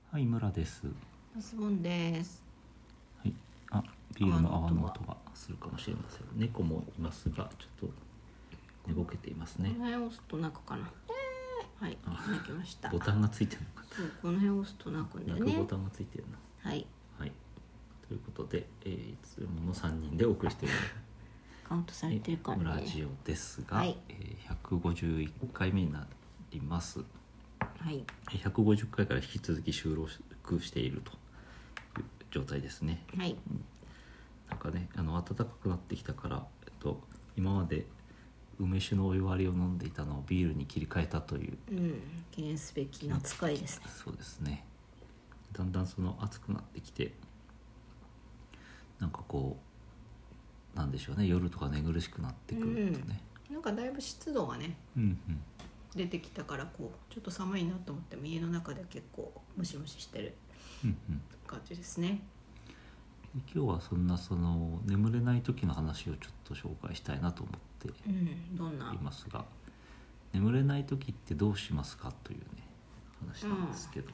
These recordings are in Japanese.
はい、村です。 マスボンです。 はい、あ、ビールの泡の音がするかもしれません。猫もいますが、ちょっと寝ぼけていますね。 この辺押すと泣くかな。はい、泣きました。 ボタンがついてるのかそう、この辺押すと泣くんだよね。 泣くボタンがついてるな。 はい。 はい。ということで、いつもの3人でお送りしているカウントされてるからね。 村ジオですが、 はい、 151回目になります。 はい。 150回から引き続き収録しているという状態ですね。 はい。 なんかね、暖かくなってきたから、今まで梅酒のお湯割りを飲んでいたのをビールに切り替えたという、 記念すべきの扱いですね。 そうですね。だんだん暑くなってきて、なんかこうなんでしょうね、夜とか寝苦しくなってくるとね、 なんかだいぶ湿度がね、出てきたからこうちょっと寒いなと思っても家の中では結構ムシムシしてる感じですね。 今日はそんな眠れない時の話をちょっと紹介したいなと思ってどんないますが、眠れない時ってどうしますかというね話なんですけど、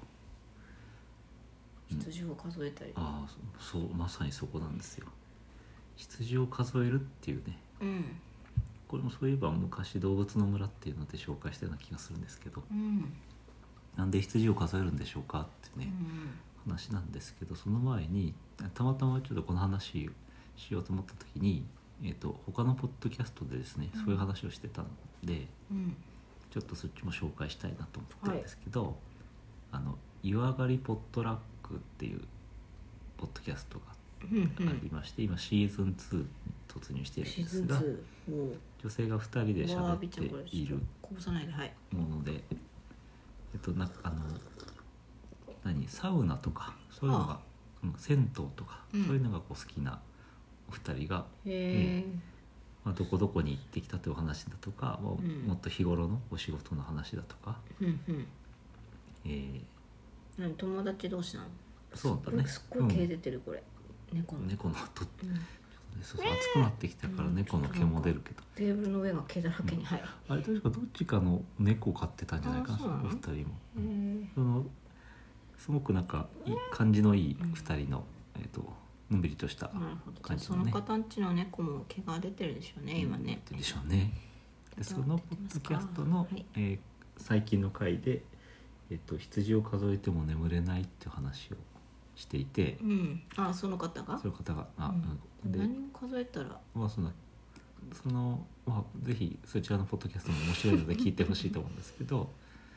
羊を数えたり、 そうまさにそこなんですよ。羊を数えるっていうね、これもそういえば昔動物の村っていうので紹介したような気がするんですけど、なんで羊を数えるんでしょうかってね、話なんですけど、その前にたまたまちょっとこの話しようと思った時に、他のポッドキャストでですね、そういう話をしてたので、ちょっとそっちも紹介したいなと思ってるんですけど、湯上がりポットラックっていうポッドキャストがありまして、今シーズン2に突入しているんですが、女性が2人で喋っているもので、サウナとかそういうのが、銭湯とか、そういうのがこう好きなお二人が、どこどこに行ってきたというお話だとか、もっと日頃のお仕事の話だとか、 友達同士なの？ そうだね。 すっごい毛出てるこれ。猫の音、暑くなってきたから猫の毛も出るけど、 テーブルの上が毛だらけに、 あれ確かどっちかの猫を飼ってたんじゃないかな、お二人も。すごくなんか感じのいい二人の、のんびりとした感じのね。 その方んちの猫も毛が出てるでしょうね、今ね。 でしょうね。でそのポッドキャストの、最近の回で、羊を数えても眠れないっていう話をしていて、 その方がで何を数えたら、 ぜひそちらのポッドキャストも面白いので聞いてほしいと思うんですけど、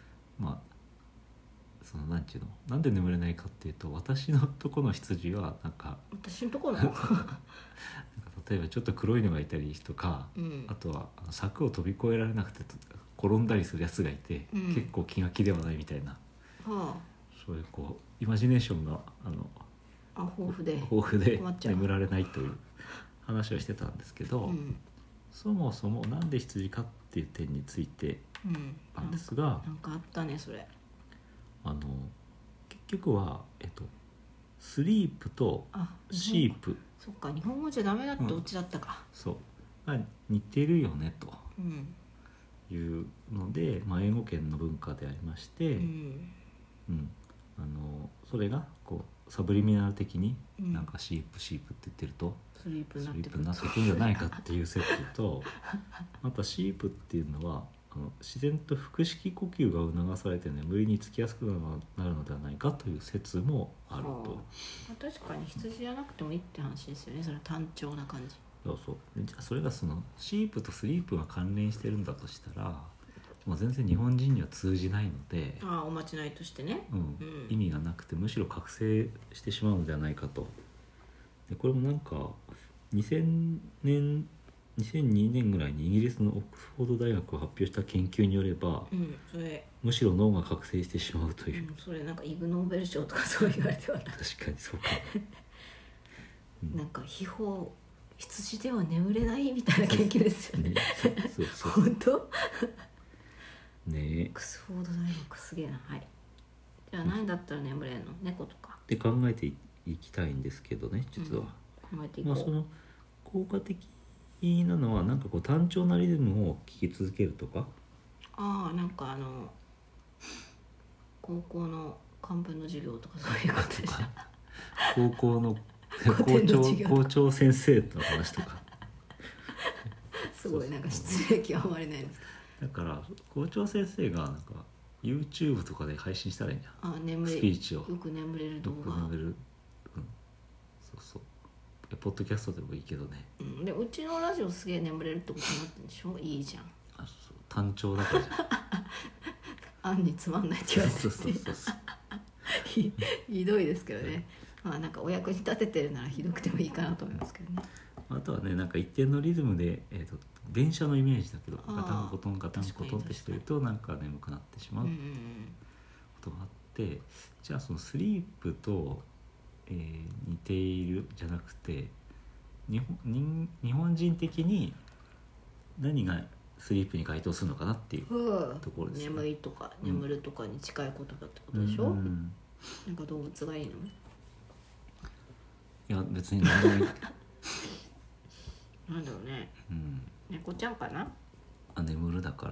なんで眠れないかっていうと、私のとこの羊は私のとこの例えばちょっと黒いのがいたりとか、あとは柵を飛び越えられなくて転んだりするやつがいて、結構気が気ではないみたいな、そういうイマジネーションが豊富で眠られないという話をしてたんですけど、そもそもなんで羊かっていう点についてなんですが、 なんかあったねそれ。 結局は、スリープとシープ、 そっか、日本語じゃダメだってオチだったか、 そうが似てるよねというので、英語圏の文化でありまして、それがサブリミナル的になんかシープって言ってるとスリープになってくるんじゃないかっていう説とまたシープっていうのは自然と腹式呼吸が促されて眠りにつきやすくなるのではないかという説もあると。 確かに羊じゃなくてもいいって話ですよね、それは単調な感じ。 そうじゃあそれがシープとスリープが関連してるんだとしたら、もう全然日本人には通じないので、 おまじないとしてね、 意味がなくてむしろ覚醒してしまうのではないかと。でこれもなんか2002年ぐらいにイギリスのオックスフォード大学が発表した研究によれば、むしろ脳が覚醒してしまうという、 それなんかイグ・ノーベル賞とかそう言われては確かにそうかなんか羊では眠れないみたいな研究ですよねそう本当オックスフォード大学すげえな。じゃあ何だったら眠れんの？猫とかって考えていきたいんですけどね、実は、 考えていこう。 その効果的なのはなんか単調なリズムを聴き続けるとか、 なんか高校の漢文の授業とかそういうことでしょ。 高校の校長先生の話とかすごいなんか失礼極まりないんですけど、だから校長先生がなんか YouTube とかで配信したらいいんじゃん。スピーチをよく眠れる動画。 よく眠れる、うん、そうそう。ポッドキャストでもいいけどね、 うん、でうちのラジオすげえ眠れるってことになってるんでしょ。いいじゃん。 あ、そう単調だからじゃん。あんにつまんないって言われてそうひどいですけどね。まあなんかお役に立ててるならひどくてもいいかなと思いますけどね。 あとはね、なんか一定のリズムで、電車のイメージだけどガタンコトンガタンコトンってしてるとなんか眠くなってしまうことがあって、じゃあそのスリープと、似ているじゃなくて日本人的に何がスリープに該当するのかなっていうところですね。 眠いとか眠るとかに近い言葉ってことでしょ、なんか動物がいいの？ いや別に何でもいいなんだろうね、猫ちゃんかな。 あ、眠るだから、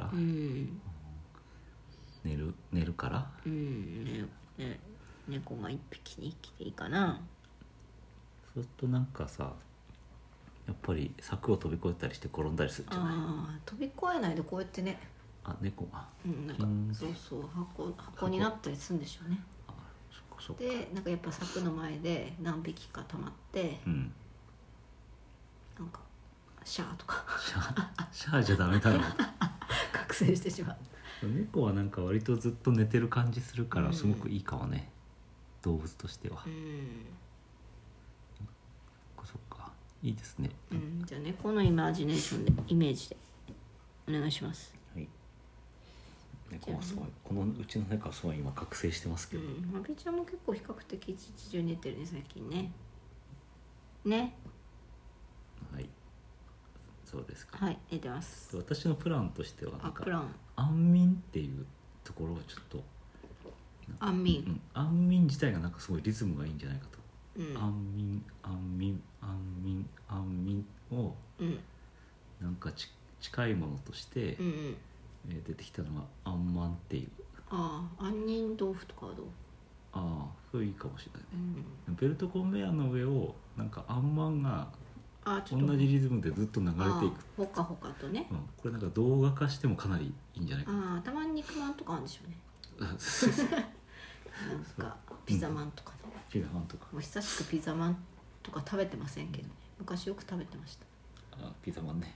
寝るから、 猫が一匹に生きていいかな。 そうするとなんかさ、やっぱり柵を飛び越えたりして転んだりするんじゃない？ 飛び越えないでこうやってね。 猫が、 なんかそう箱になったりするんでしょうね。 そっかでなんかやっぱ柵の前で何匹か溜まって、なんかシャーとかシャーじゃダメだろ覚醒してしまう。 猫はなんか割とずっと寝てる感じするからすごくいいかもね、動物としては。そっか、いいですね。 じゃあ猫のイマジネーションでイメージでお願いします。 はい。猫はすごい、このうちの猫はすごい今覚醒してますけど、 まびちゃんも結構比較的一日中寝てるね最近ね。 はい、そうですか。 はい、寝てます。 私のプランとしてはなんか安眠っていうところをちょっと安眠、 安眠自体がなんかすごいリズムがいいんじゃないかと、安眠を、なんか近いものとして、出てきたのがあんまんっていう。 杏仁豆腐とかはどう？ それいいかもしれないね、ベルトコンベヤーの上をなんかあんまんが同じリズムでずっと流れていく。 ほかほかとね、 これなんか動画化してもかなりいいんじゃないかな。 たまに肉まんとかあるんでしょうねなんかピザマンとかね、 ピザマンとかもう久しくピザマンとか食べてませんけどね、昔よく食べてました。 ピザマンね。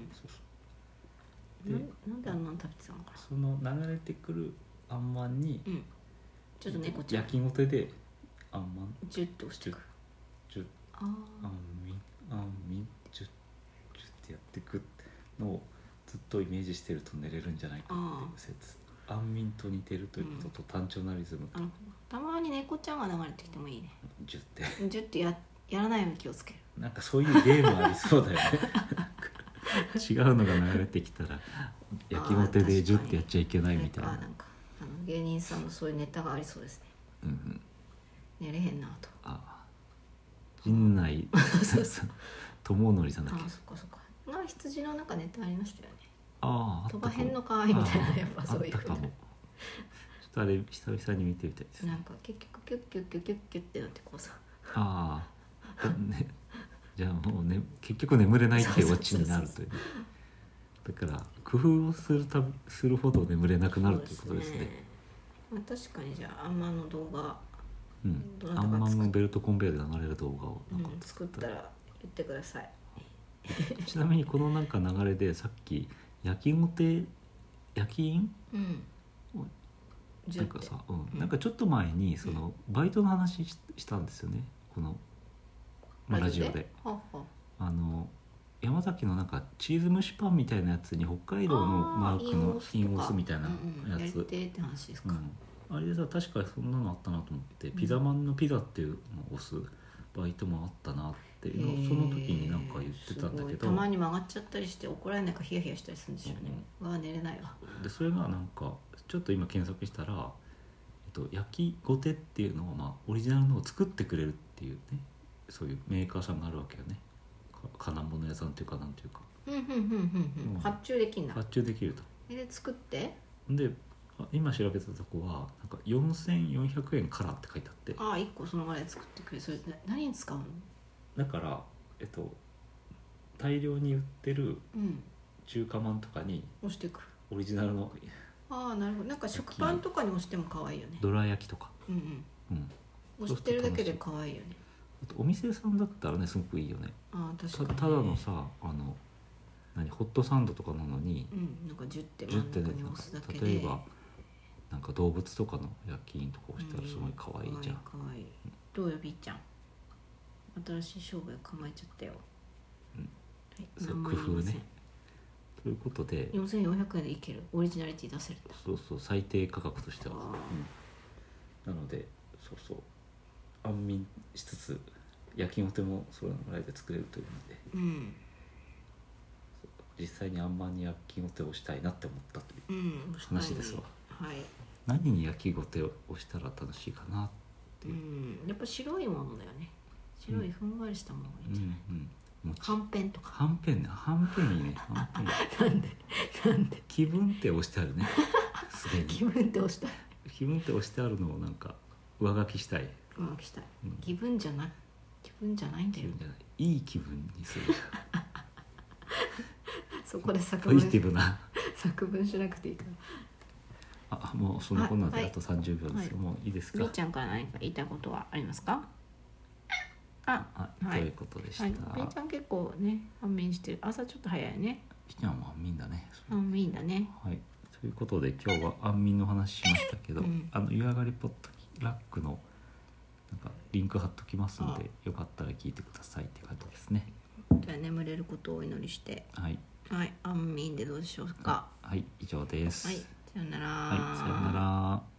なんであんなの食べてたのかな。 その流れてくるあんまんに、 ちょっと猫ちゃん焼きごてであんまんジュッと押していく。 ジュッあんみジュッジュッってやっていくのをずっとイメージしてると寝れるんじゃないかっていう説。安眠と似てるということと単調なリズムと、 たまに猫ちゃんが流れてきてもいいね。 ジュッてジュッてやらないように気をつける。 なんかそういうゲームありそうだよね違うのが流れてきたら焼きごてでジュッてやっちゃいけないみたいな。 なんか芸人さんのそういうネタがありそうですね。寝れへんなと。 陣内智則さんだっけ。 そっかそっか。羊の中ネタありましたよね。 飛ばへんのかいみたいな、やっぱそういう。 ちょっとあれ久々に見てみたいです。 なんか結局キュッキュッキュッキュッキュッってなってこうさ。 ね、じゃあもうね結局眠れないっていうオチになるという。だから工夫をするほど眠れなくなるということですね。 確かにじゃああんまんの動画、 あんまんのベルトコンベヤーで流れる動画をなんか作ったら言ってください。 ちなみにこのなんか流れでさっき焼き印なんかさ、なんかちょっと前にそのバイトの話したんですよね、このラジオで。山崎のなんかチーズ蒸しパンみたいなやつに北海道のマークのインオスみたいなやつ、あれでさ確かそんなのあったなと思って、ピザマンのピザっていうのを押すバイトもあったなっていうのをその時になんか言ってたんだけど、 たまに曲がっちゃったりして怒られないかヒヤヒヤしたりするんですよね。寝れないわ。 でそれがなんかちょっと今検索したら、焼きごてっていうのをオリジナルのを作ってくれるっていうね、そういうメーカーさんがあるわけよね。金物屋さんというかなんていうか、 発注できんだ。 発注できると。 で作ってで今調べたとこはなんか4400円からって書いてあって、 ああ1個そのぐらい作ってくれ。それ何に使うの？ だから大量に売ってる中華まんとかに押していくオリジナルの、 ああなるほど。なんか食パンとかに押しても可愛いよね。 どら焼きとか、 押してるだけで可愛いよね。 あとお店さんだったらねすごくいいよね。 ああ確かに、ね、 ただのさホットサンドとかなのに、 なんかジュッて真ん中に押すだけで、 例えばなんか動物とかの焼き印とか押したらすごい可愛いじゃん。 可愛い。どうよびーちゃん、新しい商売考えちゃったよ。 そう工夫ね。ということで 4400円でいける、オリジナリティ出せるんだ。 そう最低価格としては、なのでそう安眠しつつ焼きごてもそれぐらいで作れるというので、実際にあんまんに焼きごてをしたいなって思ったという話ですわ。何に焼きごてをしたら楽しいかなっていう、 やっぱ白いものだよね。白いふんわりしたものがいいんじゃない？はんぺんとか。 はんぺんいいね。はんぺんなんで気分って押してあるね。すでに気分って押したい。 気分って押してあるのをなんか上書きしたい。 気分じゃないんだよ。 いい気分にする。 そこで作文ポジティブな作文しなくていいから。 もうそのこんなであと30秒ですよ。もういいですか？ みーちゃんから何か言いたいことはありますか？ ということでした。みーちゃん結構ね安眠してる。朝ちょっと早いね。 みーちゃんも安眠だね。 安眠だね。 ということで今日は安眠の話しましたけど、湯上がりポッドラックのなんかリンク貼っときますので、よかったら聞いてくださいって感じですね。 じゃあ眠れることをお祈りして。安眠でどうでしょうか。 以上です。 さよなら。 さよなら。